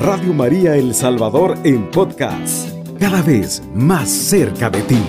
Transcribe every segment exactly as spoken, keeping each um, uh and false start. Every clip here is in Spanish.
Radio María El Salvador en podcast, cada vez más cerca de ti.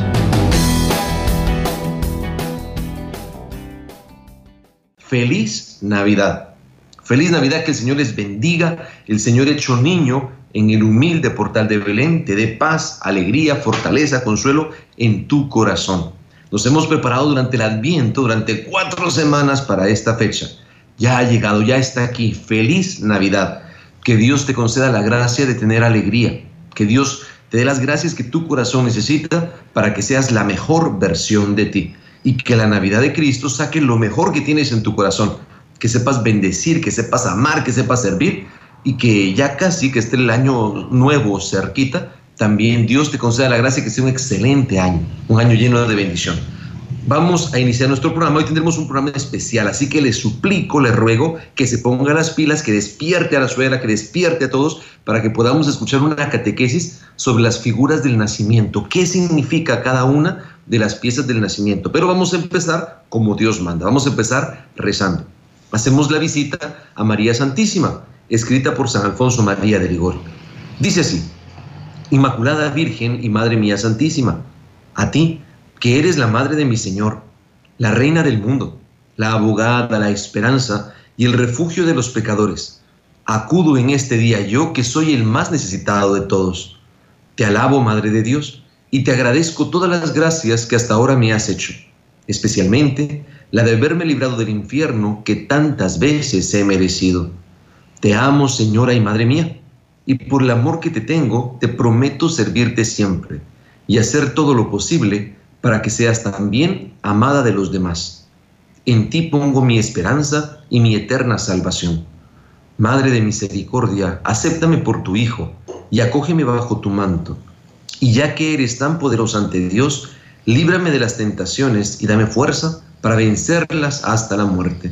Feliz Navidad. Feliz Navidad, que el Señor les bendiga. El Señor hecho niño en el humilde portal de Belén te dé paz, alegría, fortaleza, consuelo en tu corazón. Nos hemos preparado durante el Adviento, durante cuatro semanas para esta fecha. Ya ha llegado, ya está aquí. Feliz Navidad. Que Dios te conceda la gracia de tener alegría. Que Dios te dé las gracias que tu corazón necesita para que seas la mejor versión de ti. Y que la Navidad de Cristo saque lo mejor que tienes en tu corazón. Que sepas bendecir, que sepas amar, que sepas servir. Y que ya casi que esté el año nuevo cerquita, también Dios te conceda la gracia que sea un excelente año. Un año lleno de bendición. Vamos a iniciar nuestro programa. Hoy tendremos un programa especial, así que le suplico, le ruego que se ponga las pilas, que despierte a la suegra, que despierte a todos, para que podamos escuchar una catequesis sobre las figuras del nacimiento. ¿Qué significa cada una de las piezas del nacimiento? Pero vamos a empezar como Dios manda. Vamos a empezar rezando. Hacemos la visita a María Santísima, escrita por San Alfonso María de Ligorio. Dice así: Inmaculada Virgen y Madre mía Santísima, a ti, que eres la madre de mi Señor, la reina del mundo, la abogada, la esperanza y el refugio de los pecadores, acudo en este día yo, que soy el más necesitado de todos. Te alabo, Madre de Dios, y te agradezco todas las gracias que hasta ahora me has hecho, especialmente la de haberme librado del infierno que tantas veces he merecido. Te amo, Señora y Madre mía, y por el amor que te tengo, te prometo servirte siempre y hacer todo lo posible para que seas también amada de los demás. En ti pongo mi esperanza y mi eterna salvación. Madre de misericordia, acéptame por tu Hijo y acógeme bajo tu manto. Y ya que eres tan poderosa ante Dios, líbrame de las tentaciones y dame fuerza para vencerlas hasta la muerte.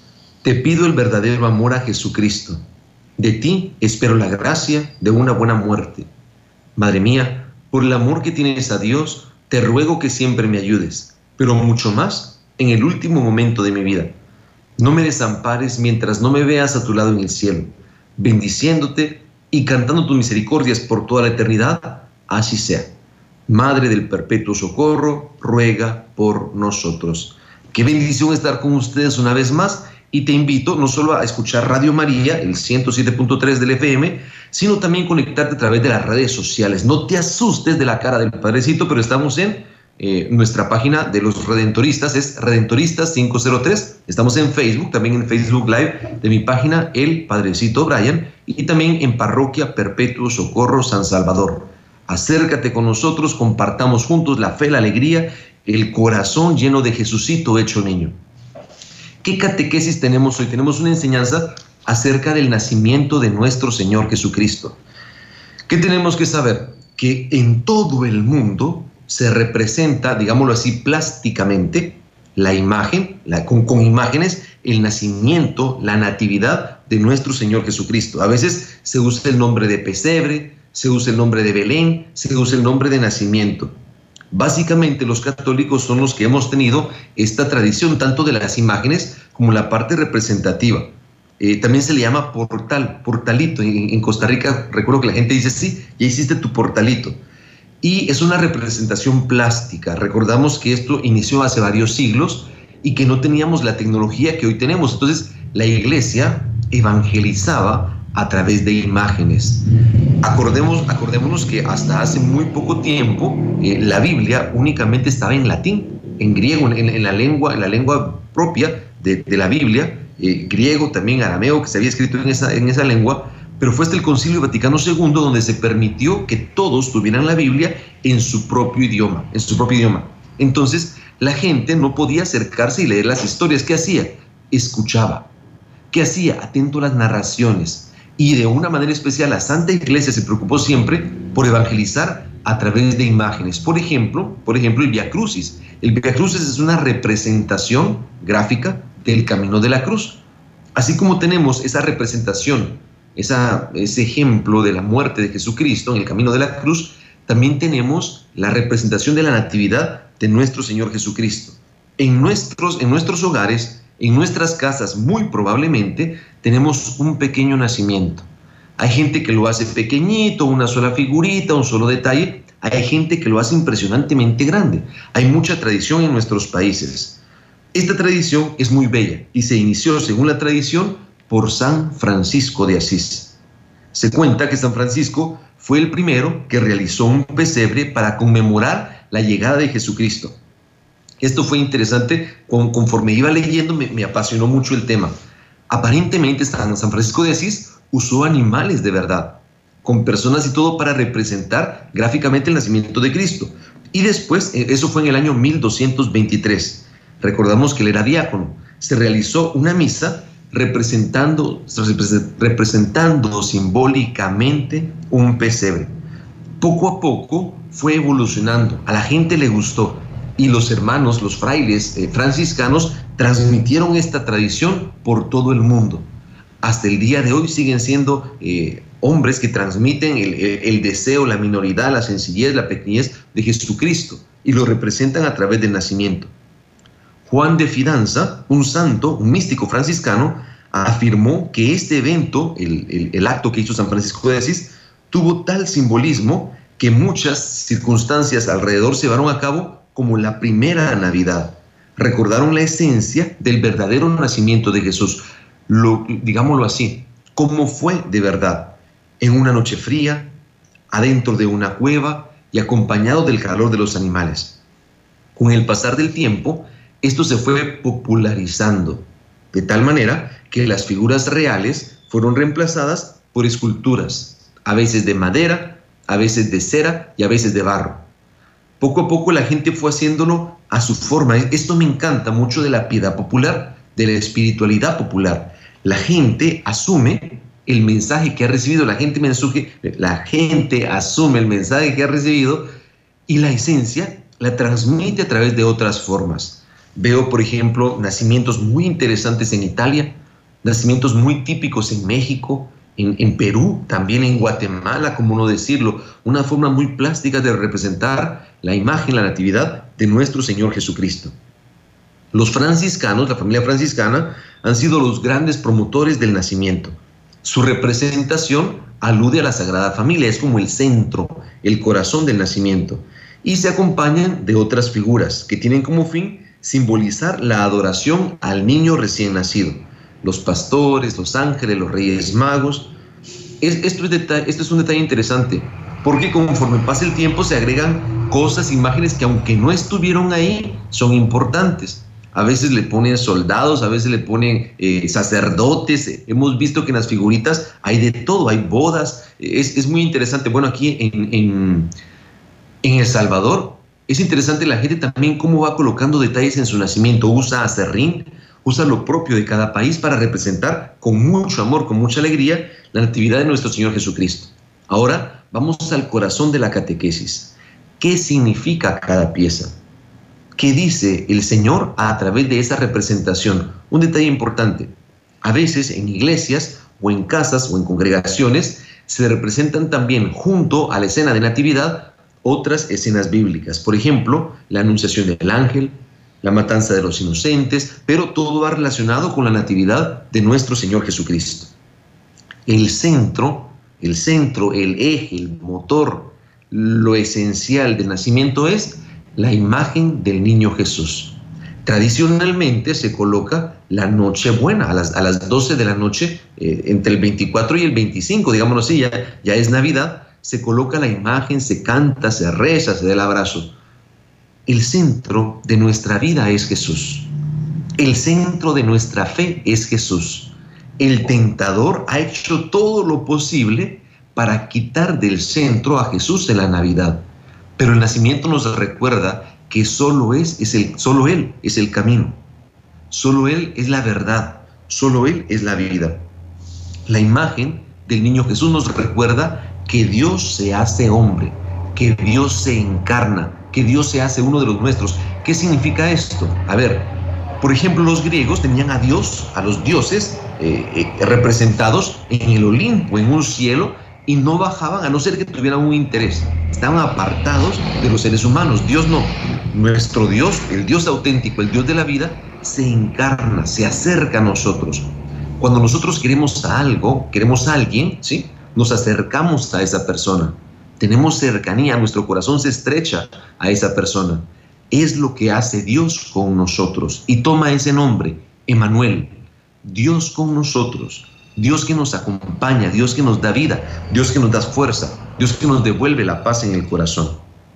Te pido el verdadero amor a Jesucristo. De ti espero la gracia de una buena muerte. Madre mía, por el amor que tienes a Dios, te ruego que siempre me ayudes, pero mucho más en el último momento de mi vida. No me desampares mientras no me veas a tu lado en el cielo, bendiciéndote y cantando tus misericordias por toda la eternidad. Así sea. Madre del perpetuo socorro, ruega por nosotros. Qué bendición estar con ustedes una vez más. Y te invito no solo a escuchar Radio María, el ciento siete punto tres del F M, sino también conectarte a través de las redes sociales. No te asustes de la cara del Padrecito, pero estamos en eh, nuestra página de los Redentoristas, es Redentoristas quinientos tres. Estamos en Facebook, también en Facebook Live de mi página, El Padrecito Brian, y también en Parroquia Perpetuo Socorro San Salvador. Acércate con nosotros, compartamos juntos la fe, la alegría, el corazón lleno de Jesucito hecho niño. ¿Qué catequesis tenemos hoy? Tenemos una enseñanza acerca del nacimiento de nuestro Señor Jesucristo. ¿Qué tenemos que saber? Que en todo el mundo se representa, digámoslo así, plásticamente, la imagen, la, con, con imágenes, el nacimiento, la natividad de nuestro Señor Jesucristo. A veces se usa el nombre de pesebre, se usa el nombre de Belén, se usa el nombre de nacimiento. Básicamente los católicos son los que hemos tenido esta tradición tanto de las imágenes como la parte representativa. Eh, también se le llama portal, portalito. En, en Costa Rica recuerdo que la gente dice, sí, ya hiciste tu portalito. Y es una representación plástica. Recordamos que esto inició hace varios siglos y que no teníamos la tecnología que hoy tenemos. Entonces la iglesia evangelizaba a través de imágenes. Acordemos, acordémonos que hasta hace muy poco tiempo eh, la Biblia únicamente estaba en latín, en griego, en, en la lengua, en la lengua propia de, de la Biblia, eh, griego, también arameo, que se había escrito en esa, en esa lengua, pero fue hasta el Concilio Vaticano segundo donde se permitió que todos tuvieran la Biblia en su propio idioma, en su propio idioma. Entonces, la gente no podía acercarse y leer las historias. ¿Qué hacía? Escuchaba. ¿Qué hacía? Atento a las narraciones. Y de una manera especial la Santa Iglesia se preocupó siempre por evangelizar a través de imágenes. Por ejemplo, por ejemplo el Vía Crucis. El Vía Crucis es una representación gráfica del camino de la cruz. Así como tenemos esa representación, esa, ese ejemplo de la muerte de Jesucristo en el camino de la cruz, también tenemos la representación de la natividad de nuestro Señor Jesucristo. En nuestros, en nuestros hogares, en nuestras casas, muy probablemente, tenemos un pequeño nacimiento. Hay gente que lo hace pequeñito, una sola figurita, un solo detalle. Hay gente que lo hace impresionantemente grande. Hay mucha tradición en nuestros países. Esta tradición es muy bella y se inició, según la tradición, por San Francisco de Asís. Se cuenta que San Francisco fue el primero que realizó un pesebre para conmemorar la llegada de Jesucristo. Esto fue interesante, conforme iba leyendo me, me apasionó mucho el tema. Aparentemente San Francisco de Asís usó animales de verdad, con personas y todo para representar gráficamente el nacimiento de Cristo. Y después, eso fue en el año mil doscientos veintitrés, recordamos que él era diácono, se realizó una misa representando, representando simbólicamente un pesebre. Poco a poco fue evolucionando, a la gente le gustó, y los hermanos, los frailes eh, franciscanos transmitieron esta tradición por todo el mundo. Hasta el día de hoy siguen siendo eh, hombres que transmiten el, el, el deseo, la minoridad, la sencillez, la pequeñez de Jesucristo y lo representan a través del nacimiento. Juan de Fidanza, un santo, un místico franciscano, afirmó que este evento, el, el, el acto que hizo San Francisco de Asís, tuvo tal simbolismo que muchas circunstancias alrededor se llevaron a cabo como la primera Navidad. Recordaron la esencia del verdadero nacimiento de Jesús, lo, digámoslo así, cómo fue de verdad, en una noche fría, adentro de una cueva y acompañado del calor de los animales. Con el pasar del tiempo, esto se fue popularizando, de tal manera que las figuras reales fueron reemplazadas por esculturas, a veces de madera, a veces de cera y a veces de barro. Poco a poco la gente fue haciéndolo a su forma. Esto me encanta mucho de la piedad popular, de la espiritualidad popular. La gente asume el mensaje que ha recibido, la gente, mensaje, la gente asume el mensaje que ha recibido y la esencia la transmite a través de otras formas. Veo, por ejemplo, nacimientos muy interesantes en Italia, nacimientos muy típicos en México, En, en Perú, también en Guatemala, como no decirlo, una forma muy plástica de representar la imagen, la natividad de nuestro Señor Jesucristo. Los franciscanos, la familia franciscana, han sido los grandes promotores del nacimiento. Su representación alude a la Sagrada Familia, es como el centro, el corazón del nacimiento, y se acompañan de otras figuras que tienen como fin simbolizar la adoración al niño recién nacido. Los pastores, los ángeles, los reyes magos. Es, esto, es esto es un detalle interesante, porque conforme pasa el tiempo se agregan cosas, imágenes que aunque no estuvieron ahí, son importantes. A veces le ponen soldados, a veces le ponen eh, sacerdotes. Hemos visto que en las figuritas hay de todo, hay bodas. Es, es muy interesante. Bueno, aquí en, en, en El Salvador es interesante la gente también cómo va colocando detalles en su nacimiento. Usa acerrín, usa lo propio de cada país para representar con mucho amor, con mucha alegría, la natividad de nuestro Señor Jesucristo. Ahora vamos al corazón de la catequesis. ¿Qué significa cada pieza? ¿Qué dice el Señor a través de esa representación? Un detalle importante. A veces en iglesias o en casas o en congregaciones se representan también junto a la escena de natividad otras escenas bíblicas. Por ejemplo, la anunciación del ángel, la matanza de los inocentes, pero todo va relacionado con la natividad de nuestro Señor Jesucristo. El centro, el centro, el eje, el motor, lo esencial del nacimiento es la imagen del niño Jesús. Tradicionalmente se coloca la Nochebuena a las, a las doce de la noche, eh, entre el veinticuatro y el veinticinco, digámoslo así, ya, ya es Navidad, se coloca la imagen, se canta, se reza, se da el abrazo. El centro de nuestra vida es Jesús. El centro de nuestra fe es Jesús. El tentador ha hecho todo lo posible para quitar del centro a Jesús en la Navidad. Pero el nacimiento nos recuerda que solo, es, es el, solo Él es el camino. Solo Él es la verdad. Solo Él es la vida. La imagen del niño Jesús nos recuerda que Dios se hace hombre, que Dios se encarna, que Dios se hace uno de los nuestros. ¿Qué significa esto? A ver, por ejemplo, los griegos tenían a Dios, a los dioses eh, eh, representados en el Olimpo, en un cielo, y no bajaban a no ser que tuvieran un interés. Estaban apartados de los seres humanos. Dios no. Nuestro Dios, el Dios auténtico, el Dios de la vida, se encarna, se acerca a nosotros. Cuando nosotros queremos a algo, queremos a alguien, ¿sí?, nos acercamos a esa persona. Tenemos cercanía, nuestro corazón se estrecha a esa persona. Es lo que hace Dios con nosotros. Y toma ese nombre, Emmanuel, Dios con nosotros. Dios que nos acompaña, Dios que nos da vida, Dios que nos da fuerza, Dios que nos devuelve la paz en el corazón.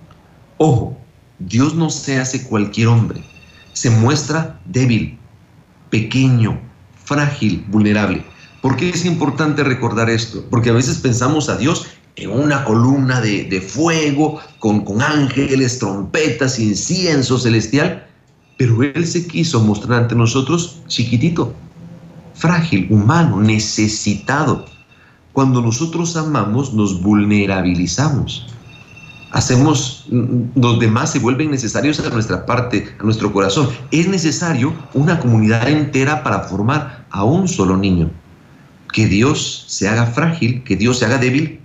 Ojo, Dios no se hace cualquier hombre. Se muestra débil, pequeño, frágil, vulnerable. ¿Por qué es importante recordar esto? Porque a veces pensamos a Dios en una columna de, de fuego, con, con ángeles, trompetas, incienso celestial, pero Él se quiso mostrar ante nosotros chiquitito, frágil, humano, necesitado. Cuando nosotros amamos, nos vulnerabilizamos. Hacemos, los demás se vuelven necesarios a nuestra parte, a nuestro corazón. Es necesario una comunidad entera para formar a un solo niño. Que Dios se haga frágil, que Dios se haga débil,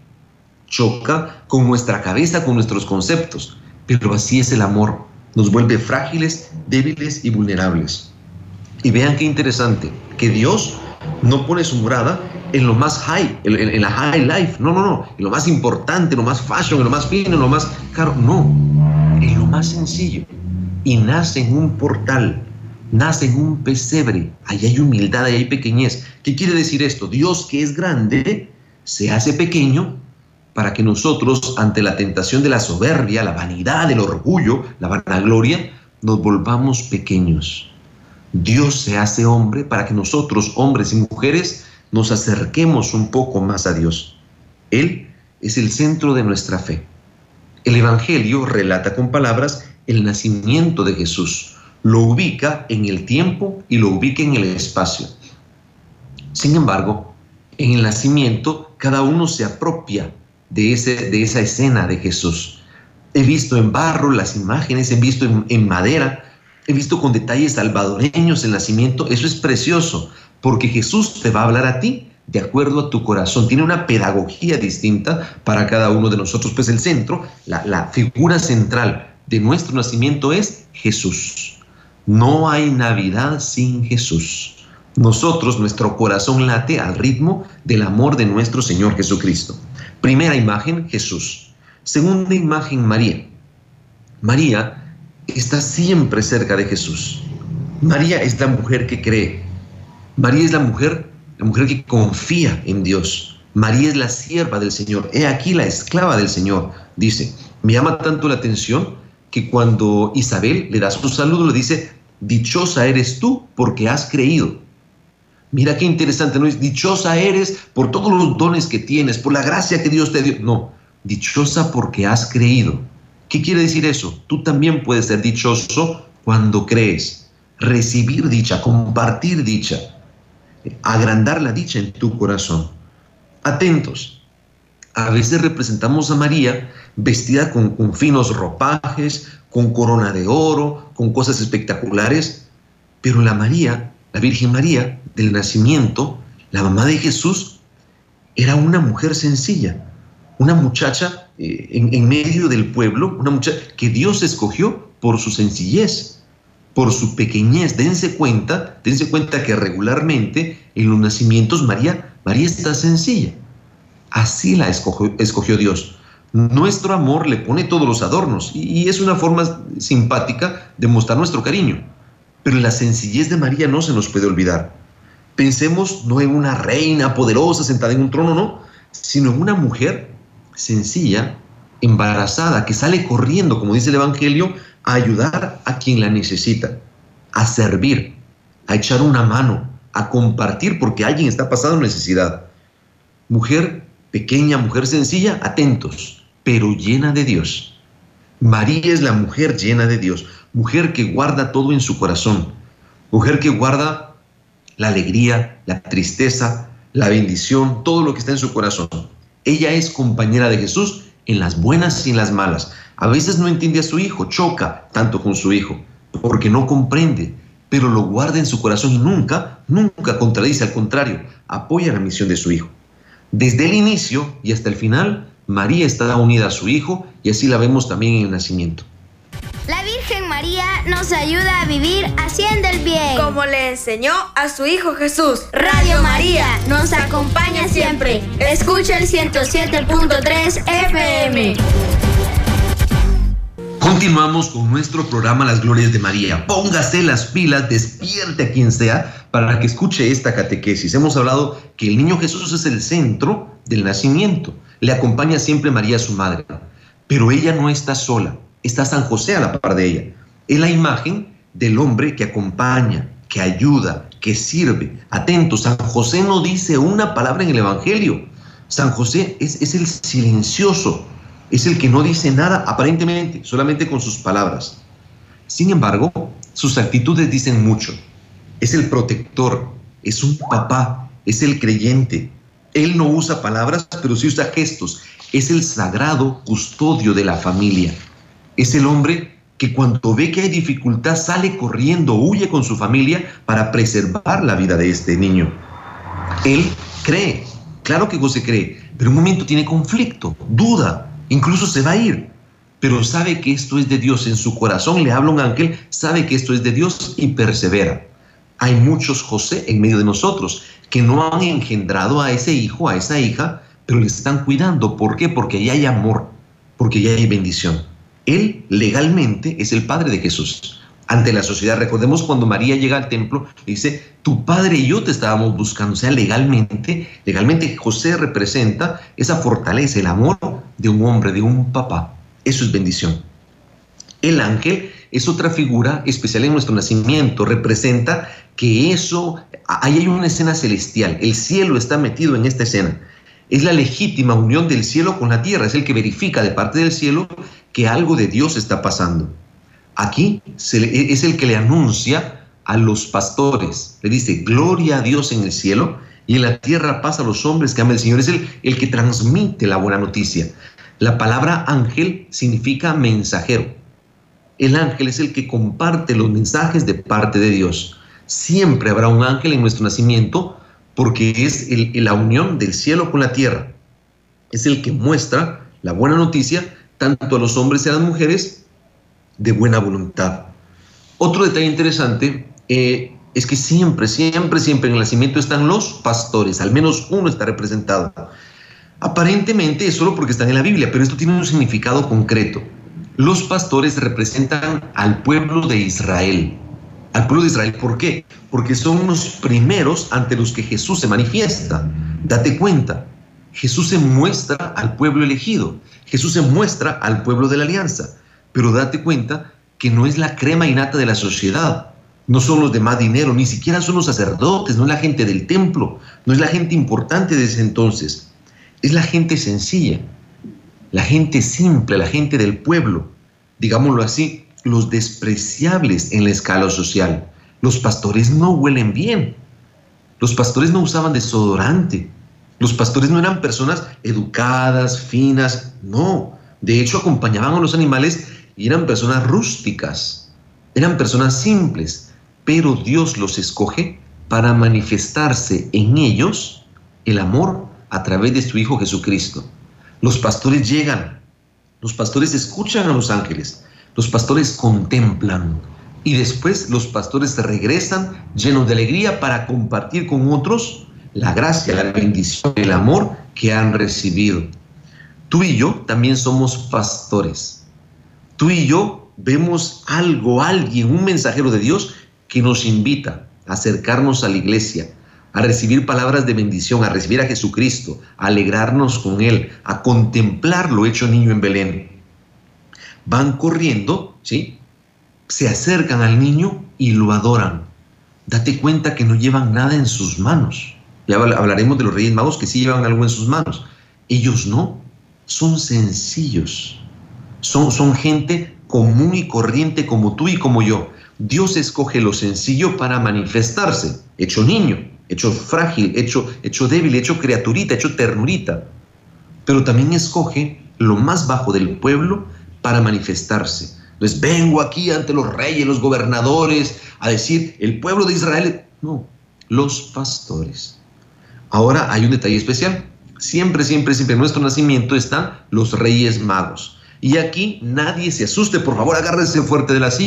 choca con nuestra cabeza, con nuestros conceptos. Pero así es el amor. Nos vuelve frágiles, débiles y vulnerables. Y vean qué interesante, que Dios no pone su morada en lo más high, en, en, en la high life. No, no, no. En lo más importante, en lo más fashion, en lo más fino, en lo más caro. No. En lo más sencillo. Y nace en un portal. Nace en un pesebre. Ahí hay humildad, ahí hay pequeñez. ¿Qué quiere decir esto? Dios, que es grande, se hace pequeño para que nosotros, ante la tentación de la soberbia, la vanidad, el orgullo, la vanagloria, nos volvamos pequeños. Dios se hace hombre para que nosotros, hombres y mujeres, nos acerquemos un poco más a Dios. Él es el centro de nuestra fe. El Evangelio relata con palabras el nacimiento de Jesús. Lo ubica en el tiempo y lo ubica en el espacio. Sin embargo, en el nacimiento, cada uno se apropia de, ese, de esa escena de Jesús. He visto en barro las imágenes, he visto en, en madera, he visto con detalles salvadoreños el nacimiento. Eso es precioso, porque Jesús te va a hablar a ti de acuerdo a tu corazón. Tiene una pedagogía distinta para cada uno de nosotros. Pues el centro, la, la figura central de nuestro nacimiento es Jesús. No hay Navidad sin Jesús. Nosotros, nuestro corazón late al ritmo del amor de nuestro Señor Jesucristo. Primera imagen, Jesús. Segunda imagen, María. María está siempre cerca de Jesús. María es la mujer que cree. María es la mujer, la mujer que confía en Dios. María es la sierva del Señor. He aquí la esclava del Señor, dice. Me llama tanto la atención que cuando Isabel le da su saludo, le dice: dichosa eres tú porque has creído. Mira qué interesante, no es dichosa eres por todos los dones que tienes, por la gracia que Dios te dio. No, dichosa porque has creído. ¿Qué quiere decir eso? Tú también puedes ser dichoso cuando crees. Recibir dicha, compartir dicha, agrandar la dicha en tu corazón. Atentos. A veces representamos a María vestida con, con finos ropajes, con corona de oro, con cosas espectaculares, pero la María, la Virgen María del nacimiento, la mamá de Jesús, era una mujer sencilla, una muchacha eh, en, en medio del pueblo, una muchacha que Dios escogió por su sencillez, por su pequeñez. Dense cuenta, dense cuenta que regularmente en los nacimientos María, María está sencilla. Así la escogió, escogió Dios. Nuestro amor le pone todos los adornos y, y es una forma simpática de mostrar nuestro cariño. Pero la sencillez de María no se nos puede olvidar. Pensemos no en una reina poderosa sentada en un trono, no, sino en una mujer sencilla, embarazada, que sale corriendo, como dice el Evangelio, a ayudar a quien la necesita, a servir, a echar una mano, a compartir porque alguien está pasando necesidad. Mujer pequeña, mujer sencilla, atentos, pero llena de Dios. María es la mujer llena de Dios, mujer que guarda todo en su corazón, mujer que guarda la alegría, la tristeza, la bendición, todo lo que está en su corazón. Ella es compañera de Jesús en las buenas y en las malas. A veces no entiende a su hijo, choca tanto con su hijo, porque no comprende, pero lo guarda en su corazón y nunca, nunca contradice, al contrario, apoya la misión de su hijo. Desde el inicio y hasta el final, María está unida a su hijo y así la vemos también en el nacimiento. La Virgen María nos ayuda a vivir haciendo el bien, como le enseñó a su Hijo Jesús. Radio María nos acompaña siempre. Escucha el ciento siete punto tres F M. Continuamos con nuestro programa Las Glorias de María. Póngase las pilas, despierte a quien sea para que escuche esta catequesis. Hemos hablado que el niño Jesús es el centro del nacimiento. Le acompaña siempre María, su madre. Pero ella no está sola. Está San José a la par de ella. Es la imagen del hombre que acompaña, que ayuda, que sirve. Atento, San José no dice una palabra en el Evangelio. San José es, es el silencioso. Es el que no dice nada aparentemente, solamente con sus palabras. Sin embargo, sus actitudes dicen mucho. Es el protector, es un papá, es el creyente. Él no usa palabras, pero sí usa gestos. Es el sagrado custodio de la familia. Es el hombre que cuando ve que hay dificultad sale corriendo, huye con su familia para preservar la vida de este niño. Él cree, claro que José cree, pero en un momento tiene conflicto, duda. Incluso se va a ir, pero sabe que esto es de Dios. En su corazón le habla un ángel, sabe que esto es de Dios y persevera. Hay muchos José en medio de nosotros que no han engendrado a ese hijo, a esa hija, pero le están cuidando. ¿Por qué? Porque ya hay amor, porque ya hay bendición. Él legalmente es el padre de Jesús. Ante la sociedad, recordemos cuando María llega al templo, dice, tu padre y yo te estábamos buscando. O sea, legalmente, legalmente José representa esa fortaleza, el amor de un hombre, de un papá. Eso es bendición. El ángel es otra figura especial en nuestro nacimiento. Representa que eso, ahí hay una escena celestial. El cielo está metido en esta escena. Es la legítima unión del cielo con la tierra. Es el que verifica de parte del cielo que algo de Dios está pasando. Aquí se le, es el que le anuncia a los pastores. Le dice, gloria a Dios en el cielo y en la tierra paz a los hombres que aman al Señor. Es el, el que transmite la buena noticia. La palabra ángel significa mensajero. El ángel es el que comparte los mensajes de parte de Dios. Siempre habrá un ángel en nuestro nacimiento porque es el, la unión del cielo con la tierra. Es el que muestra la buena noticia tanto a los hombres y a las mujeres de buena voluntad. Otro detalle interesante eh, es que siempre, siempre, siempre en el nacimiento están los pastores, al menos uno está representado. Aparentemente es solo porque están en la Biblia, pero esto tiene un significado concreto. Los pastores representan al pueblo de Israel. Al pueblo de Israel, ¿por qué? Porque son los primeros ante los que Jesús se manifiesta. Date cuenta, Jesús se muestra al pueblo elegido, Jesús se muestra al pueblo de la alianza. Pero date cuenta que no es la crema innata de la sociedad, no son los de más dinero, ni siquiera son los sacerdotes, no es la gente del templo, no es la gente importante de ese entonces, es la gente sencilla, la gente simple, la gente del pueblo, digámoslo así, los despreciables en la escala social. Los pastores no huelen bien, los pastores no usaban desodorante, los pastores no eran personas educadas, finas, no, de hecho acompañaban a los animales y eran personas rústicas, eran personas simples, pero Dios los escoge para manifestarse en ellos el amor a través de su Hijo Jesucristo. Los pastores llegan, los pastores escuchan a los ángeles, los pastores contemplan y después los pastores regresan llenos de alegría para compartir con otros la gracia, la bendición, el amor que han recibido. Tú y yo también somos pastores. Tú y yo vemos algo, alguien, un mensajero de Dios que nos invita a acercarnos a la iglesia, a recibir palabras de bendición, a recibir a Jesucristo, a alegrarnos con Él, a contemplarlo hecho niño en Belén. Van corriendo, ¿sí? Se acercan al niño y lo adoran. Date cuenta que no llevan nada en sus manos. Ya hablaremos de los Reyes Magos que sí llevan algo en sus manos. Ellos no, son sencillos. Son, son gente común y corriente como tú y como yo. Dios escoge lo sencillo para manifestarse, hecho niño, hecho frágil, hecho, hecho débil, hecho criaturita, hecho ternurita. Pero también escoge lo más bajo del pueblo para manifestarse. Entonces, vengo aquí ante los reyes, los gobernadores, a decir, el pueblo de Israel. No, los pastores. Ahora hay un detalle especial. Siempre, siempre, siempre en nuestro nacimiento están los Reyes Magos. Y aquí nadie se asuste, por favor, agárrese fuerte de la silla,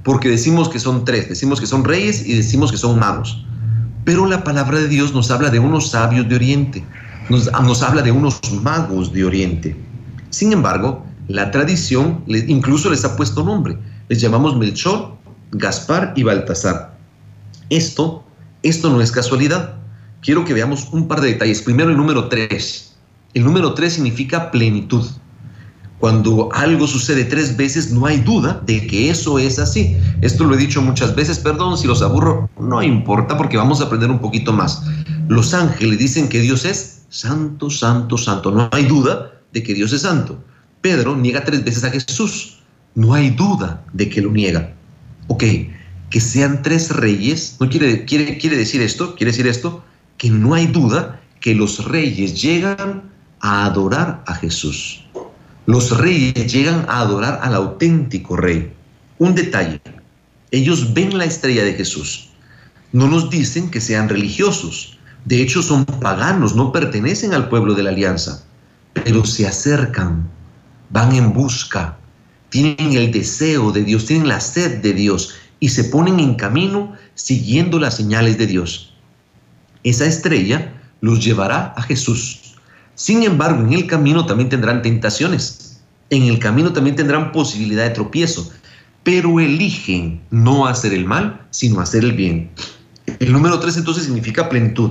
porque decimos que son tres, decimos que son reyes y decimos que son magos. Pero la palabra de Dios nos habla de unos sabios de Oriente, nos, nos habla de unos magos de Oriente. Sin embargo, la tradición incluso les ha puesto nombre. Les llamamos Melchor, Gaspar y Baltasar. Esto, esto no es casualidad. Quiero que veamos un par de detalles. Primero, el número tres. El número tres significa plenitud. Cuando algo sucede tres veces, no hay duda de que eso es así. Esto lo he dicho muchas veces, perdón si los aburro, no importa porque vamos a aprender un poquito más. Los ángeles dicen que Dios es santo, santo, santo. No hay duda de que Dios es santo. Pedro niega tres veces a Jesús. No hay duda de que lo niega. Ok, que sean tres reyes, ¿no quiere, quiere, quiere decir esto? ¿Quiere decir esto? Que no hay duda que los reyes llegan a adorar a Jesús. Los reyes llegan a adorar al auténtico rey. Un detalle, ellos ven la estrella de Jesús. No nos dicen que sean religiosos. De hecho, son paganos, no pertenecen al pueblo de la alianza. Pero se acercan, van en busca, tienen el deseo de Dios, tienen la sed de Dios y se ponen en camino siguiendo las señales de Dios. Esa estrella los llevará a Jesús. Sin embargo, en el camino también tendrán tentaciones. En el camino también tendrán posibilidad de tropiezo. Pero eligen no hacer el mal, sino hacer el bien. El número tres entonces significa plenitud.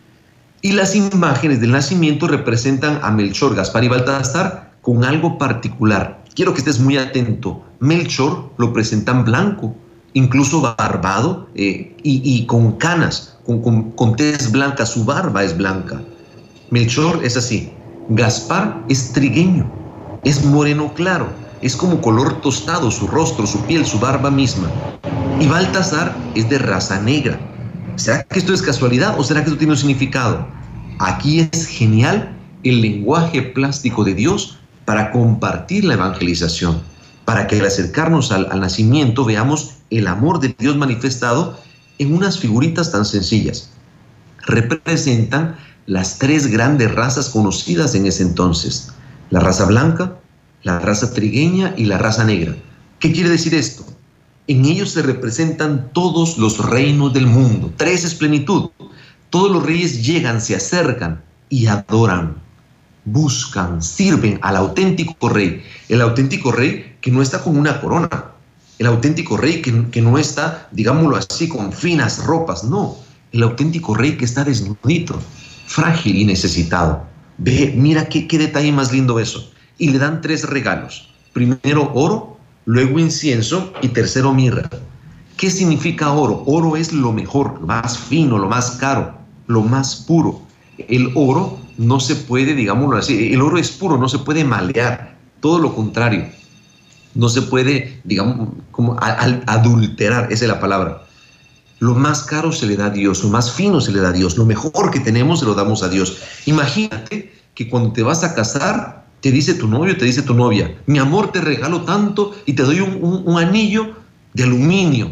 Y las imágenes del nacimiento representan a Melchor, Gaspar y Baltasar con algo particular. Quiero que estés muy atento. Melchor lo presentan blanco, incluso barbado eh, y, y con canas, con, con, con tez blanca. Su barba es blanca. Melchor es así. Gaspar es trigueño, es moreno claro, es como color tostado su rostro, su piel, su barba misma. Y Baltasar es de raza negra. ¿Será que esto es casualidad o será que esto tiene un significado? Aquí es genial el lenguaje plástico de Dios para compartir la evangelización, para que al acercarnos al, al nacimiento veamos el amor de Dios manifestado en unas figuritas tan sencillas. Representan las tres grandes razas conocidas en ese entonces: la raza blanca, la raza trigueña y la raza negra. ¿Qué quiere decir esto? En ellos se representan todos los reinos del mundo. Tres es plenitud. Todos los reyes llegan, se acercan y adoran, buscan, sirven al auténtico rey. El auténtico rey que no está con una corona. El auténtico rey que, que no está, digámoslo así, con finas ropas. No, el auténtico rey que está desnudito, frágil y necesitado. Ve, mira qué, qué detalle más lindo eso. Y le dan tres regalos. Primero oro, luego incienso y tercero mirra. ¿Qué significa oro? Oro es lo mejor, lo más fino, lo más caro, lo más puro. El oro no se puede, digámoslo así, el oro es puro, no se puede malear. Todo lo contrario. No se puede, digamos, como adulterar, esa es la palabra. Lo más caro se le da a Dios, lo más fino se le da a Dios, lo mejor que tenemos se lo damos a Dios. Imagínate que cuando te vas a casar, te dice tu novio, te dice tu novia: mi amor, te regalo tanto y te doy un, un, un anillo de aluminio.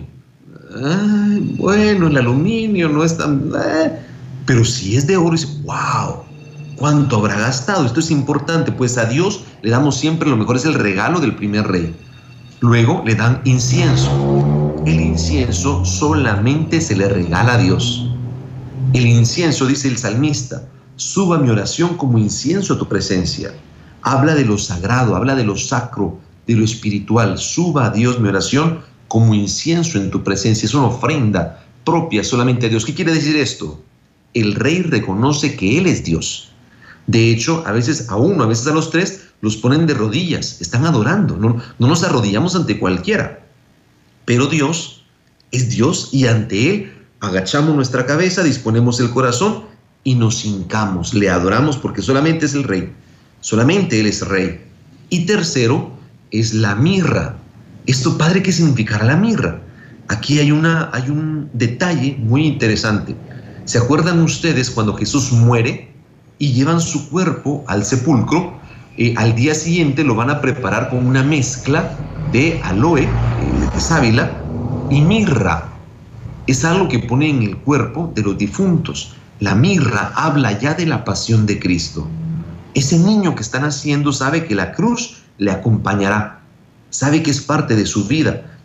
Ay, bueno, el aluminio no es tan... Eh, pero si es de oro, dice, wow, ¿cuánto habrá gastado? Esto es importante, pues a Dios le damos siempre lo mejor, es el regalo del primer rey. Luego le dan incienso. El incienso solamente se le regala a Dios. El incienso, dice el salmista, suba mi oración como incienso a tu presencia. Habla de lo sagrado, habla de lo sacro, de lo espiritual. Suba a Dios mi oración como incienso en tu presencia. Es una ofrenda propia solamente a Dios. ¿Qué quiere decir esto? El rey reconoce que Él es Dios. De hecho, a veces a uno, a veces a los tres, los ponen de rodillas, están adorando. No, no nos arrodillamos ante cualquiera. Pero Dios es Dios y ante Él agachamos nuestra cabeza, disponemos el corazón y nos hincamos, le adoramos porque solamente es el rey, solamente Él es rey. Y tercero es la mirra. Esto, padre, ¿qué significará la mirra? Aquí hay, una, hay un detalle muy interesante. ¿Se acuerdan ustedes cuando Jesús muere y llevan su cuerpo al sepulcro? Eh, al día siguiente lo van a preparar con una mezcla de aloe, eh, de sábila y mirra. Es algo que pone en el cuerpo de los difuntos. La mirra habla ya de la pasión de Cristo. Ese niño que está naciendo sabe que la cruz le acompañará, sabe que es parte de su vida.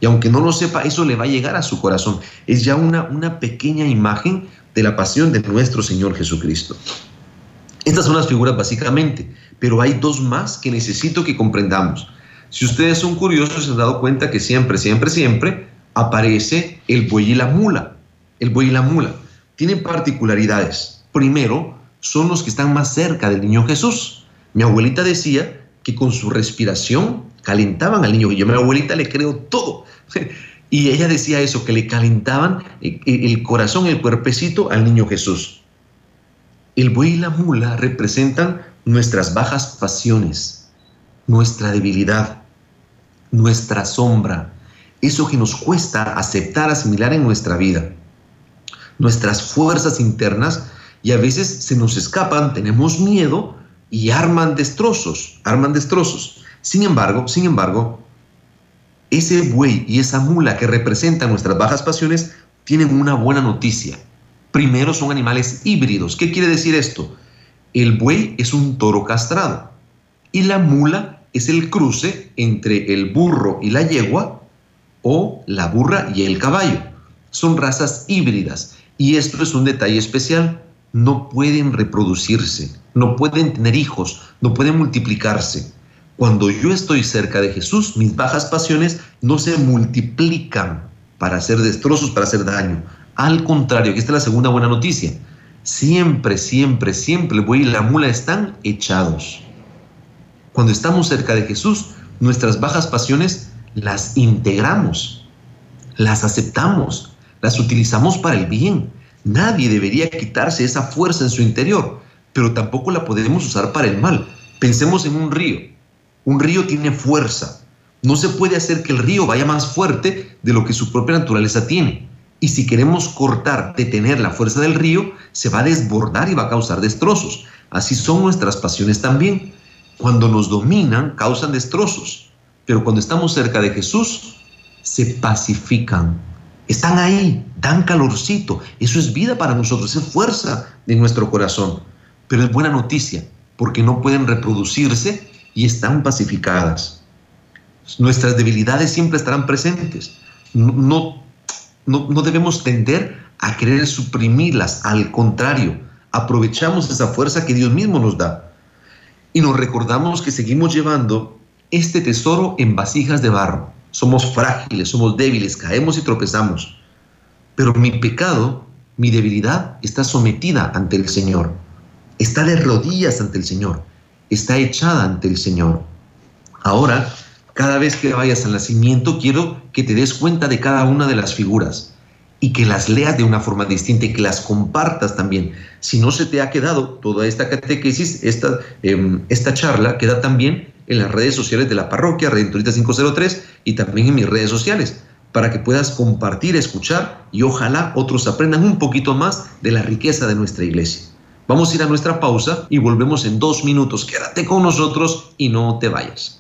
Y aunque no lo sepa, eso le va a llegar a su corazón. Es ya una, una pequeña imagen de la pasión de nuestro Señor Jesucristo. Estas son las figuras básicamente, pero hay dos más que necesito que comprendamos. Si ustedes son curiosos, se han dado cuenta que siempre, siempre, siempre aparece el buey y la mula. El buey y la mula tienen particularidades. Primero, son los que están más cerca del niño Jesús. Mi abuelita decía que con su respiración calentaban al niño. Y yo a mi abuelita le creo todo. Y ella decía eso, que le calentaban el corazón, el cuerpecito al niño Jesús. El buey y la mula representan nuestras bajas pasiones, nuestra debilidad, nuestra sombra, eso que nos cuesta aceptar, asimilar en nuestra vida, nuestras fuerzas internas, y a veces se nos escapan, tenemos miedo y arman destrozos, arman destrozos. Sin embargo, sin embargo, ese buey y esa mula que representan nuestras bajas pasiones tienen una buena noticia. Primero, son animales híbridos. ¿Qué quiere decir esto? El buey es un toro castrado y la mula es el cruce entre el burro y la yegua o la burra y el caballo. Son razas híbridas y esto es un detalle especial. No pueden reproducirse, no pueden tener hijos, no pueden multiplicarse. Cuando yo estoy cerca de Jesús, mis bajas pasiones no se multiplican para hacer destrozos, para hacer daño. Al contrario, que esta es la segunda buena noticia. Siempre, siempre, siempre el buey y la mula están echados. Cuando estamos cerca de Jesús, nuestras bajas pasiones las integramos, las aceptamos, las utilizamos para el bien. Nadie debería quitarse esa fuerza en su interior, pero tampoco la podemos usar para el mal. Pensemos en un río. Un río tiene fuerza. No se puede hacer que el río vaya más fuerte de lo que su propia naturaleza tiene. Y si queremos cortar, detener la fuerza del río, se va a desbordar y va a causar destrozos. Así son nuestras pasiones también. Cuando nos dominan, causan destrozos. Pero cuando estamos cerca de Jesús, se pacifican. Están ahí, dan calorcito. Eso es vida para nosotros, es fuerza de nuestro corazón. Pero es buena noticia, porque no pueden reproducirse y están pacificadas. Nuestras debilidades siempre estarán presentes. No, no No, no debemos tender a querer suprimirlas, al contrario, aprovechamos esa fuerza que Dios mismo nos da y nos recordamos que seguimos llevando este tesoro en vasijas de barro. Somos frágiles, somos débiles, caemos y tropezamos, pero mi pecado, mi debilidad está sometida ante el Señor, está de rodillas ante el Señor, está echada ante el Señor. Ahora, cada vez que vayas al nacimiento, quiero que te des cuenta de cada una de las figuras y que las leas de una forma distinta y que las compartas también. Si no se te ha quedado toda esta catequesis, esta, eh, esta charla queda también en las redes sociales de la parroquia, Redentorista cinco cero tres, y también en mis redes sociales, para que puedas compartir, escuchar y ojalá otros aprendan un poquito más de la riqueza de nuestra iglesia. Vamos a ir a nuestra pausa y volvemos en dos minutos. Quédate con nosotros y no te vayas.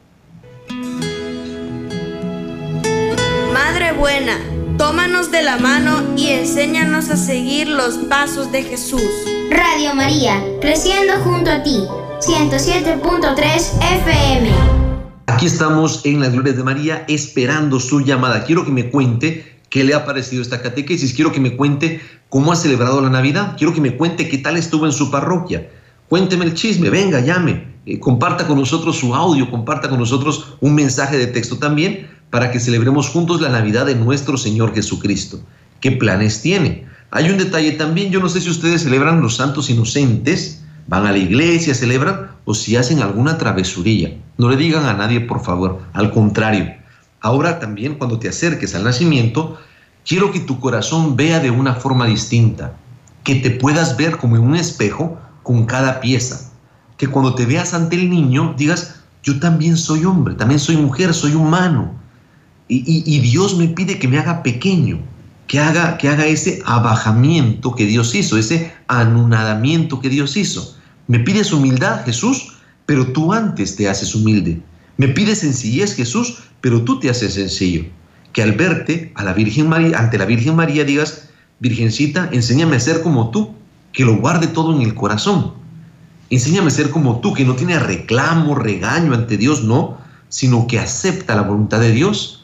Madre buena, tómanos de la mano y enséñanos a seguir los pasos de Jesús. Radio María, creciendo junto a ti, ciento siete punto tres F M. Aquí estamos en las glorias de María esperando su llamada. Quiero que me cuente qué le ha parecido esta catequesis. Quiero que me cuente cómo ha celebrado la Navidad. Quiero que me cuente qué tal estuvo en su parroquia. Cuénteme el chisme, venga, llame. Eh, comparta con nosotros su audio, comparta con nosotros un mensaje de texto también para que celebremos juntos la Navidad de nuestro Señor Jesucristo. ¿Qué planes tiene? Hay un detalle también, yo no sé si ustedes celebran los santos inocentes, van a la iglesia, celebran, o si hacen alguna travesurilla. No le digan a nadie, por favor, al contrario. Ahora también, cuando te acerques al nacimiento, quiero que tu corazón vea de una forma distinta, que te puedas ver como en un espejo con cada pieza, que cuando te veas ante el niño digas, yo también soy hombre, también soy mujer, soy humano. Y, y, y Dios me pide que me haga pequeño, que haga, que haga ese abajamiento que Dios hizo, ese anonadamiento que Dios hizo. Me pides humildad, Jesús, pero tú antes te haces humilde. Me pides sencillez, Jesús, pero tú te haces sencillo. Que al verte a la Virgen María, ante la Virgen María digas, Virgencita, enséñame a ser como tú, que lo guarde todo en el corazón. Enséñame a ser como tú, que no tiene reclamo, regaño ante Dios, no, sino que acepta la voluntad de Dios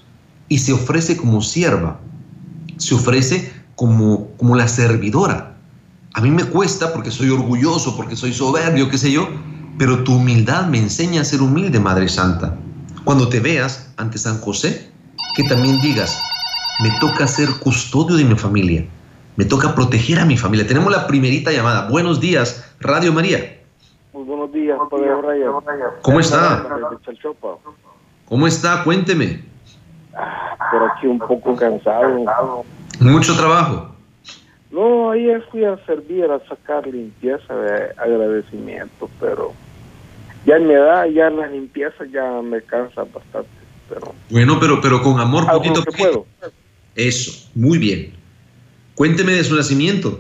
y se ofrece como sierva, se ofrece como, como la servidora. A mí me cuesta porque soy orgulloso, porque soy soberbio, qué sé yo, pero tu humildad me enseña a ser humilde, Madre Santa. Cuando te veas ante San José, que también digas, me toca ser custodio de mi familia, me toca proteger a mi familia. Tenemos la primerita llamada. Buenos días, Radio María. Muy buenos días, Padre Brian. ¿Cómo está? ¿Cómo está? Cuénteme. Por aquí un poco cansado. ¿Mucho trabajo? No, ayer fui a servir, a sacar limpieza de agradecimiento, pero ya en mi edad, ya las limpiezas ya me cansan bastante. Pero bueno, pero, pero con amor, poquito a que poquito. puedo. Eso, muy bien. Cuénteme de su nacimiento.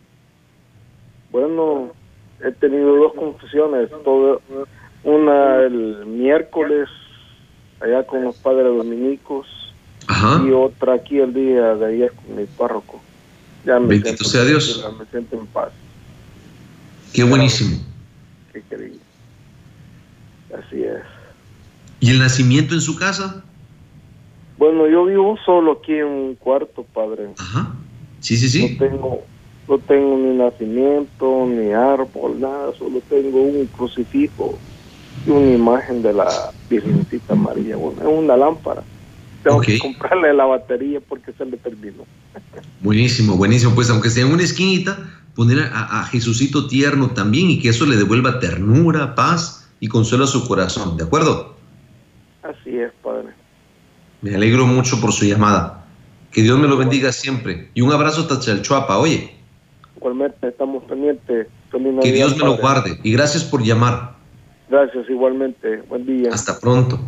Bueno, he tenido dos confusiones. Todo, una el miércoles, allá con los padres dominicos. Ajá. Y otra aquí el día de ayer con mi párroco. Ya me Bendito sea Dios. Me siento en paz. Qué buenísimo. Qué querido. Así es. ¿Y el nacimiento en su casa? Bueno, yo vivo solo aquí en un cuarto, padre. Ajá. Sí, sí, sí. No tengo, no tengo ni nacimiento, ni árbol, nada. Solo tengo un crucifijo y una imagen de la Virgencita María. Bueno, es una lámpara. Tengo okay. que comprarle la batería porque se le terminó. Buenísimo, buenísimo. Pues aunque sea en una esquinita, poner a, a Jesucito tierno también y que eso le devuelva ternura, paz y consuelo a su corazón. ¿De acuerdo? Así es, Padre. Me alegro mucho por su llamada. Que Dios me lo bendiga siempre. Y un abrazo hasta Chalchuapa, oye. Igualmente, estamos pendientes. Que Dios me lo guarde. Y gracias por llamar. Gracias, igualmente. Buen día. Hasta pronto.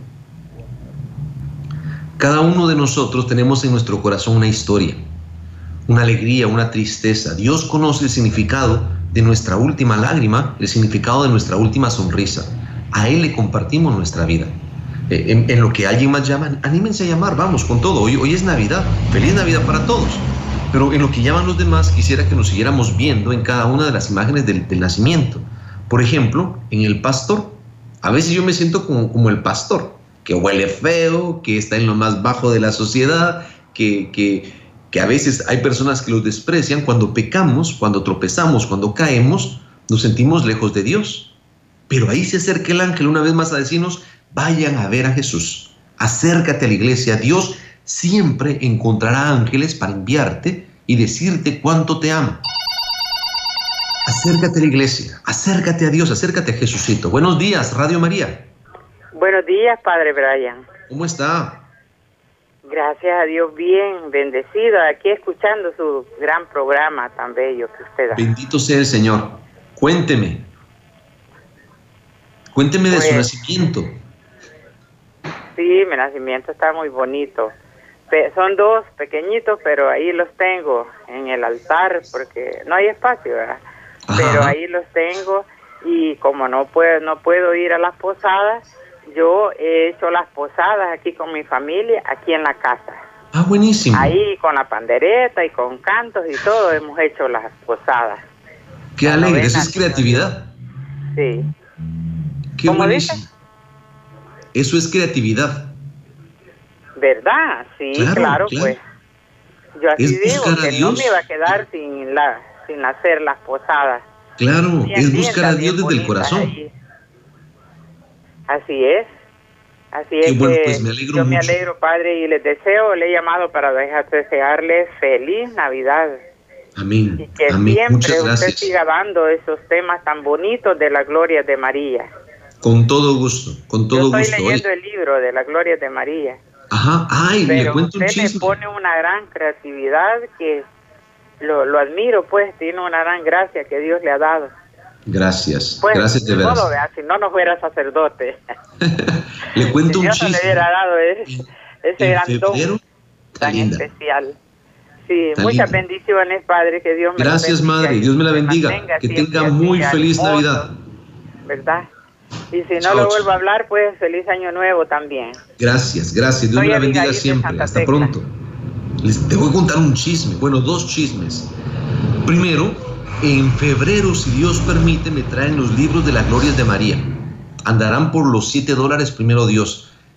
Cada uno de nosotros tenemos en nuestro corazón una historia, una alegría, una tristeza. Dios conoce el significado de nuestra última lágrima, el significado de nuestra última sonrisa. A Él le compartimos nuestra vida. En, en lo que alguien más llama, anímense a llamar, vamos, con todo. Hoy, hoy es Navidad, feliz Navidad para todos. Pero en lo que llaman los demás, quisiera que nos siguiéramos viendo en cada una de las imágenes del, del nacimiento. Por ejemplo, en el pastor, a veces yo me siento como, como el pastor, que huele feo, que está en lo más bajo de la sociedad, que, que, que a veces hay personas que los desprecian. Cuando pecamos, cuando tropezamos, cuando caemos, nos sentimos lejos de Dios. Pero ahí se acerca el ángel una vez más a decirnos, vayan a ver a Jesús, acércate a la iglesia. Dios siempre encontrará ángeles para enviarte y decirte cuánto te ama. Acércate a la iglesia, acércate a Dios, acércate a Jesucito. Buenos días, Radio María. Buenos días, Padre Brian. ¿Cómo está? Gracias a Dios, bien, bendecido, aquí escuchando su gran programa tan bello que usted da. Bendito sea el Señor. Cuénteme. Cuénteme de pues, su nacimiento. Sí, mi nacimiento está muy bonito. Pe- son dos pequeñitos, pero ahí los tengo en el altar porque no hay espacio, ¿verdad? Ajá. Pero ahí los tengo y como no puedo, no puedo ir a las posadas, yo he hecho las posadas aquí con mi familia, aquí en la casa. Ah, buenísimo. Ahí con la pandereta y con cantos y todo hemos hecho las posadas. Qué la alegre, eso es creatividad. Sí. Qué buenísimo. Dice? Eso es creatividad. ¿Verdad? Sí, claro, claro, claro. Pues. Yo así es digo, que no me iba a quedar sin, la, sin hacer las posadas. Claro, bien, es buscar a Dios desde el corazón. Ahí. Así es. Así es. Bueno, que pues me alegro yo mucho. me alegro, Padre, y les deseo, le he llamado para desearles feliz Navidad. Amén. Y que Amén. siempre Muchas gracias. usted siga dando esos temas tan bonitos de la gloria de María. Con todo gusto, con todo Yo estoy gusto. leyendo Oye. el libro de la gloria de María. Ajá, ay, pero le cuento un usted chisme. me pone una gran creatividad que lo, lo admiro, pues, tiene una gran gracia que Dios le ha dado. Gracias, pues, gracias de verdad. Todo, si no, no fuera sacerdote. Le cuento si un Dios chisme. no le hubiera dado ese, ese gran don tan linda. especial. Sí, Está muchas linda. bendiciones, Padre, que Dios me Gracias, lo bendiga. Madre, Dios me la bendiga. Que tenga muy feliz hermoso, Navidad. ¿Verdad? Y si no Chao, lo chao. vuelvo a hablar, pues feliz año nuevo también. Gracias, gracias. Dios Soy me la Abigail bendiga de siempre. Santa Hasta Tecla. pronto. Les, te voy a contar un chisme. Bueno, dos chismes. Primero, en febrero, si Dios permite, me traen los libros de las glorias de María. Andarán por los siete dólares, primero Dios.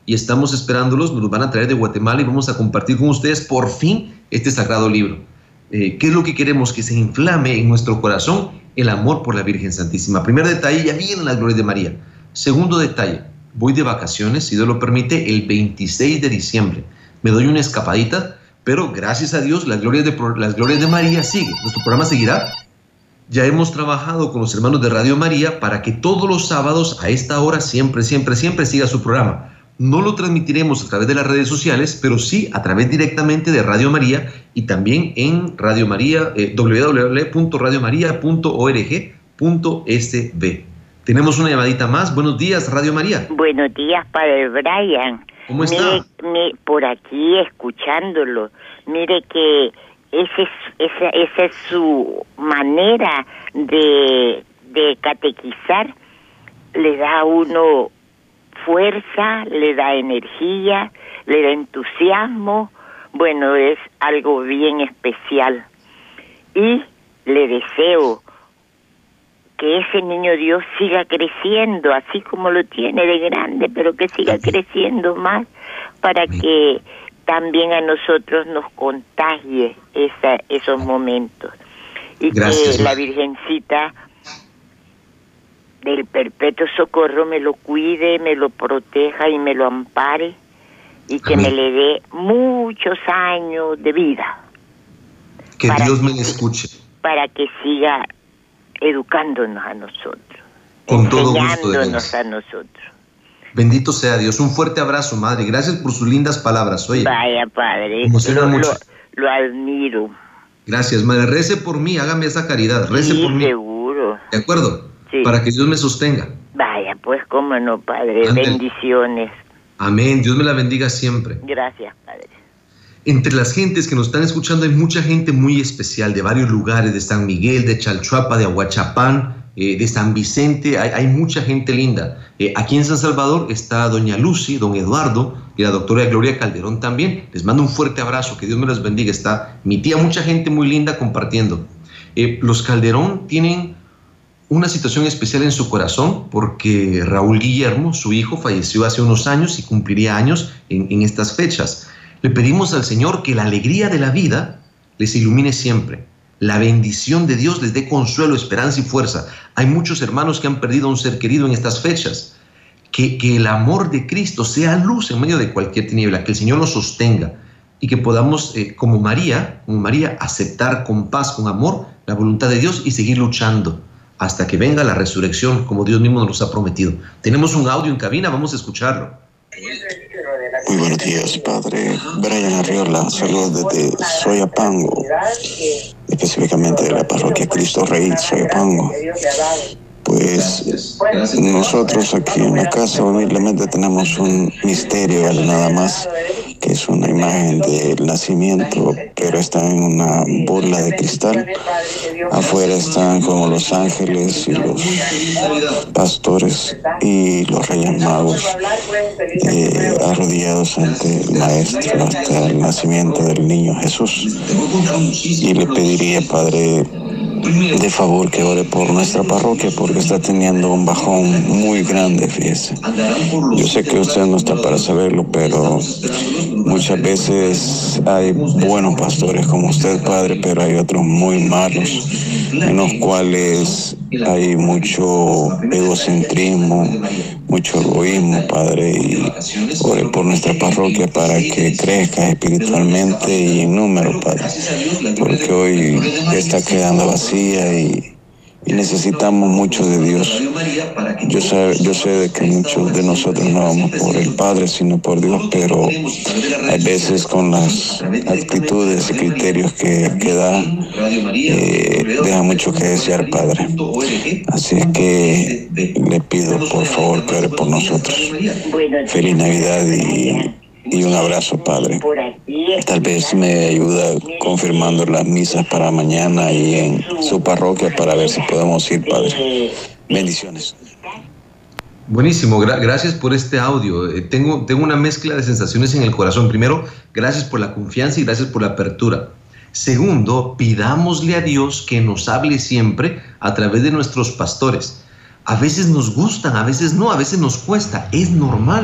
y estamos esperándolos, nos los van a traer de Guatemala y vamos a compartir con ustedes por fin este sagrado libro. Eh, ¿Qué es lo que queremos? Que se inflame en nuestro corazón el amor por la Virgen Santísima. Primer detalle, ya vienen las glorias de María. Segundo detalle, voy de vacaciones, si Dios lo permite, el veintiséis de diciembre. Me doy una escapadita, pero gracias a Dios las glorias de, las glorias de María siguen. Nuestro programa seguirá. Ya hemos trabajado con los hermanos de Radio María para que todos los sábados a esta hora siempre, siempre, siempre siga su programa. No lo transmitiremos a través de las redes sociales, pero sí a través directamente de Radio María y también en Radio María, eh, doble u doble u doble u punto radio maría punto org punto s b. Tenemos una llamadita más. Buenos días, Radio María. Buenos días, Padre Brian. ¿Cómo está? Mire, me, por aquí escuchándolo. Mire que ese es, esa, esa es su manera de, de catequizar. Le da a uno fuerza, le da energía, le da entusiasmo. Bueno, es algo bien especial. Y le deseo que ese niño Dios siga creciendo, así como lo tiene de grande, pero que siga creciendo más para que también a nosotros nos contagie esa, esos momentos. Y Gracias. Que la Virgencita del Perpetuo Socorro me lo cuide, me lo proteja y me lo ampare, y que Amén. Me le dé muchos años de vida. Que Dios me escuche. Para que siga educándonos a nosotros, con todo gusto, enseñándonos a nosotros. Bendito sea Dios. Un fuerte abrazo, madre. Gracias por sus lindas palabras. Oye, vaya, padre, lo, mucho. Lo, lo admiro. Gracias, madre. Rece por mí, hágame esa caridad. Rece sí, por mí. Seguro. ¿De acuerdo? Sí. Para que Dios me sostenga. Vaya, pues cómo no, padre. Andel. Bendiciones. Amén. Dios me la bendiga siempre. Gracias, padre. Entre las gentes que nos están escuchando hay mucha gente muy especial de varios lugares, de San Miguel, de Chalchuapa, de Aguachapán, eh, de San Vicente. Hay, hay mucha gente linda. Eh, aquí en San Salvador está doña Lucy, don Eduardo y la doctora Gloria Calderón también. Les mando un fuerte abrazo, que Dios me los bendiga. Está mi tía, mucha gente muy linda compartiendo. Eh, los Calderón tienen una situación especial en su corazón porque Raúl Guillermo, su hijo, falleció hace unos años y cumpliría años en, en estas fechas. Le pedimos al Señor que la alegría de la vida les ilumine siempre. La bendición de Dios les dé consuelo, esperanza y fuerza. Hay muchos hermanos que han perdido a un ser querido en estas fechas. Que, que el amor de Cristo sea luz en medio de cualquier tiniebla, que el Señor nos sostenga y que podamos, eh, como María, como María, aceptar con paz, con amor, la voluntad de Dios y seguir luchando hasta que venga la resurrección, como Dios mismo nos ha prometido. Tenemos un audio en cabina, vamos a escucharlo. Muy buenos días, Padre Brian Arriola. Saludos desde Soyapango, específicamente de la parroquia Cristo Rey, Soyapango. Pues nosotros aquí en la casa humildemente tenemos un misterio, nada más, que es una imagen del nacimiento, pero está en una bola de cristal. Afuera están como los ángeles y los pastores y los reyes magos eh, arrodillados ante el Maestro hasta el nacimiento del niño Jesús. Y le pediría, Padre, de favor que ore por nuestra parroquia porque está teniendo un bajón muy grande, fíjese. Yo sé que usted no está para saberlo, pero muchas veces hay buenos pastores como usted, Padre, pero hay otros muy malos, en los cuales hay mucho egocentrismo, mucho egoísmo, Padre, y ore por nuestra parroquia para que crezca espiritualmente y en número, Padre, porque hoy está quedando vacía y, y necesitamos mucho de Dios. Yo sé, yo sé de que muchos de nosotros no vamos por el Padre, sino por Dios, pero hay veces con las actitudes y criterios que, que da, eh, deja mucho que desear, Padre. Así es que le pido, por favor, que ore por nosotros. Feliz Navidad y... Y un abrazo, Padre. Tal vez me ayuda confirmando las misas para mañana y en su parroquia para ver si podemos ir, Padre. Bendiciones. Buenísimo, gra gracias por este audio. Eh, tengo, tengo una mezcla de sensaciones en el corazón. Primero, gracias por la confianza y gracias por la apertura. Segundo, pidámosle a Dios que nos hable siempre a través de nuestros pastores. A veces nos gustan, a veces no, a veces nos cuesta, es normal.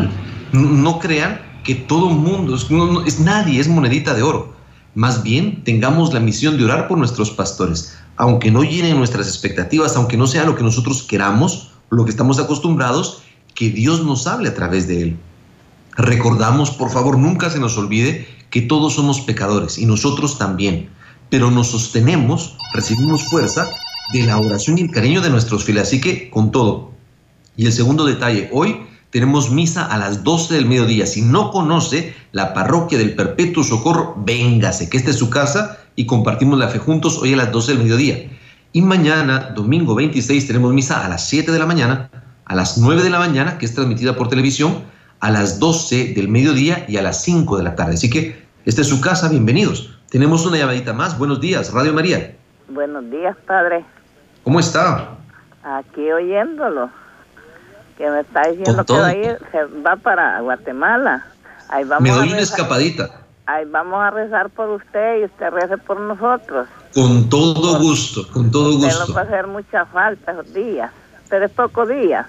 No crean que todo mundo, es, no, es nadie, es monedita de oro. Más bien, tengamos la misión de orar por nuestros pastores. Aunque no llenen nuestras expectativas, aunque no sea lo que nosotros queramos, lo que estamos acostumbrados, que Dios nos hable a través de él. Recordamos, por favor, nunca se nos olvide que todos somos pecadores y nosotros también, pero nos sostenemos, recibimos fuerza de la oración y el cariño de nuestros fieles, así que con todo. Y el segundo detalle, hoy tenemos misa a las doce del mediodía. Si no conoce la parroquia del Perpetuo Socorro, véngase, que esta es su casa y compartimos la fe juntos hoy a las doce del mediodía. Y mañana, domingo veintiséis, tenemos misa a las siete de la mañana, a las nueve de la mañana, que es transmitida por televisión, a las doce del mediodía y a las cinco de la tarde. Así que esta es su casa, bienvenidos. Tenemos una llamadita más. Buenos días, Radio María. Buenos días, padre. ¿Cómo está? Aquí oyéndolo, que me está diciendo que va, a ir, se va para Guatemala. Ahí vamos me doy a una rezar, escapadita. Ahí vamos a rezar por usted y usted rece por nosotros. Con todo por, gusto, con todo usted gusto. Nos va a hacer mucha falta esos días, pero es poco día.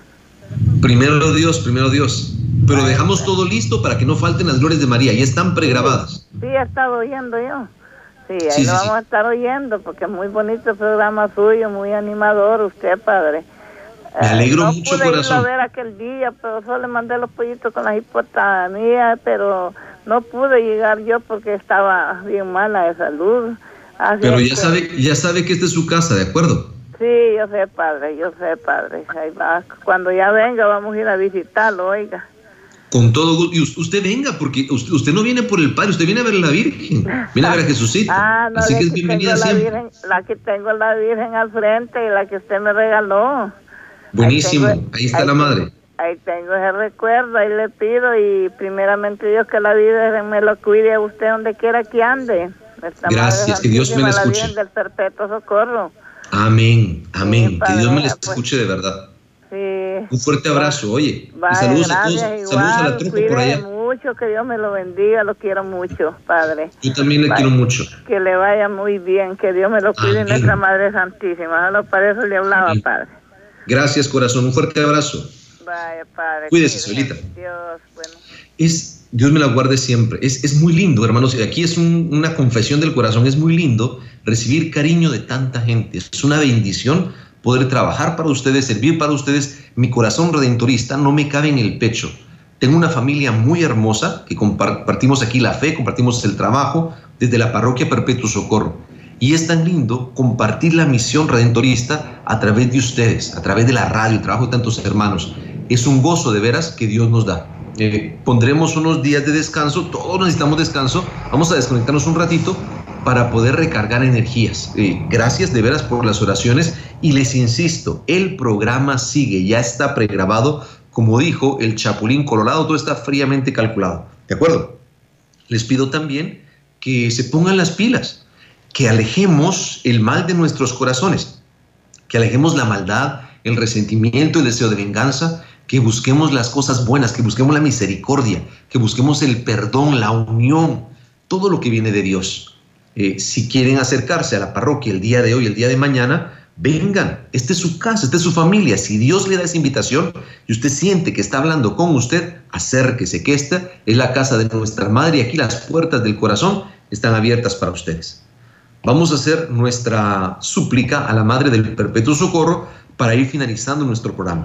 Primero Dios, primero Dios. Pero dejamos todo listo para que no falten las glorias de María, ya están pregrabadas. Sí, he estado oyendo yo. Sí, ahí sí, lo sí, vamos sí. a estar oyendo, porque es muy bonito el programa suyo, muy animador usted, padre. Me alegro eh, no mucho, pude corazón. irlo a ver aquel día, pero solo le mandé los pollitos con las hipotanías, pero no pude llegar yo porque estaba bien mala de salud. Así pero ya que... sabe, ya sabe que esta es su casa, ¿de acuerdo? Sí, yo sé, padre, yo sé, padre. Ahí va. Cuando ya venga vamos a ir a visitarlo, oiga. Con todo gusto. Y usted venga, porque usted, usted no viene por el Padre, usted viene a ver a la Virgen, viene a ver a Jesucito. Ah, no, así que es bienvenida la siempre. Virgen, la que tengo la Virgen al frente y la que usted me regaló. Buenísimo, ahí, tengo, ahí está ahí la tengo, madre. Ahí tengo ese recuerdo, ahí le pido y primeramente Dios que la Virgen me lo cuide a usted donde quiera que ande. Esta Gracias, que Dios me la escuche. La Virgen del Perpetuo Socorro. Amén, amén, sí, que Dios me la pues, escuche de verdad. Sí. Un fuerte abrazo, oye. Vaya, y saludos gracias, a todos, igual, saludos a la tropa por allá. Mucho, que Dios me lo bendiga, lo quiero mucho, Padre. Yo también le vaya, quiero mucho. Que le vaya muy bien, que Dios me lo cuide, nuestra Madre Santísima. Solo para eso le hablaba, amén. Padre. Gracias, corazón, un fuerte abrazo. Vaya, Padre. Cuídese, solita. Dios, bueno. Es, Dios me la guarde siempre. Es, es muy lindo, hermanos. Aquí es un, una confesión del corazón. Es muy lindo recibir cariño de tanta gente. Es una bendición poder trabajar para ustedes, servir para ustedes. Mi corazón redentorista no me cabe en el pecho. Tengo una familia muy hermosa que compartimos aquí la fe, compartimos el trabajo desde la parroquia Perpetuo Socorro. Y es tan lindo compartir la misión redentorista a través de ustedes, a través de la radio, el trabajo de tantos hermanos. Es un gozo de veras que Dios nos da. Eh, pondremos unos días de descanso, todos necesitamos descanso. Vamos a desconectarnos un ratito para poder recargar energías. Eh, gracias de veras por las oraciones y les insisto, el programa sigue, ya está pregrabado, como dijo el Chapulín Colorado, todo está fríamente calculado, ¿de acuerdo? Les pido también que se pongan las pilas, que alejemos el mal de nuestros corazones, que alejemos la maldad, el resentimiento, el deseo de venganza, que busquemos las cosas buenas, que busquemos la misericordia, que busquemos el perdón, la unión, todo lo que viene de Dios. Eh, si quieren acercarse a la parroquia el día de hoy, el día de mañana, vengan, esta es su casa, esta es su familia. Si Dios le da esa invitación y usted siente que está hablando con usted, acérquese, que esta es la casa de nuestra Madre y aquí las puertas del corazón están abiertas para ustedes. Vamos a hacer nuestra súplica a la Madre del Perpetuo Socorro para ir finalizando nuestro programa.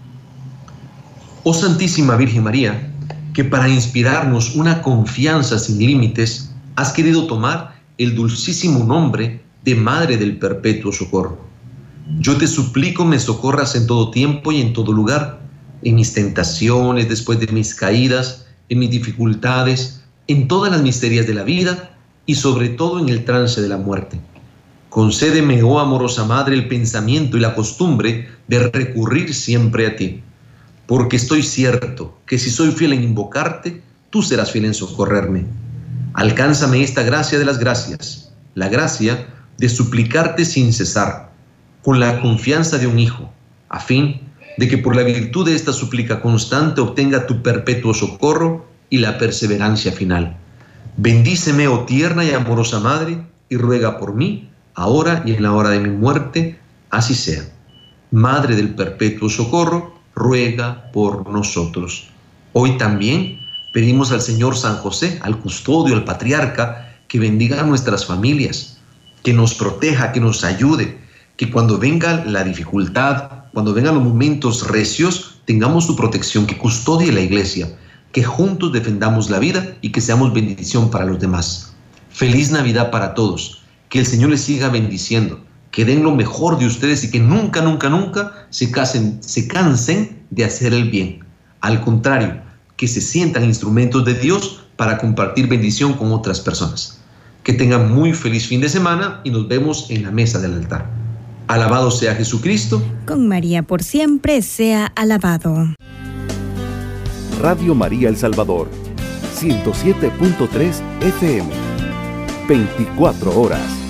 Oh Santísima Virgen María, que para inspirarnos una confianza sin límites, has querido tomar el dulcísimo nombre de Madre del Perpetuo Socorro. Yo te suplico me socorras en todo tiempo y en todo lugar, en mis tentaciones, después de mis caídas, en mis dificultades, en todas las miserias de la vida y sobre todo en el trance de la muerte. Concédeme, oh amorosa Madre, el pensamiento y la costumbre de recurrir siempre a ti, porque estoy cierto que si soy fiel en invocarte, tú serás fiel en socorrerme. Alcánzame esta gracia de las gracias, la gracia de suplicarte sin cesar, con la confianza de un hijo, a fin de que por la virtud de esta súplica constante obtenga tu perpetuo socorro y la perseverancia final. Bendíceme, oh tierna y amorosa Madre, y ruega por mí, ahora y en la hora de mi muerte, así sea. Madre del Perpetuo Socorro, ruega por nosotros. Hoy también pedimos al Señor San José, al custodio, al patriarca, que bendiga a nuestras familias, que nos proteja, que nos ayude, que cuando venga la dificultad, cuando vengan los momentos recios, tengamos su protección, que custodie la iglesia, que juntos defendamos la vida y que seamos bendición para los demás. Feliz Navidad para todos, que el Señor les siga bendiciendo, que den lo mejor de ustedes y que nunca, nunca, nunca se, casen, se cansen de hacer el bien. Al contrario, que se sientan instrumentos de Dios para compartir bendición con otras personas. Que tengan muy feliz fin de semana y nos vemos en la mesa del altar. Alabado sea Jesucristo. Con María por siempre sea alabado. Radio María El Salvador, ciento siete punto tres F M, veinticuatro horas.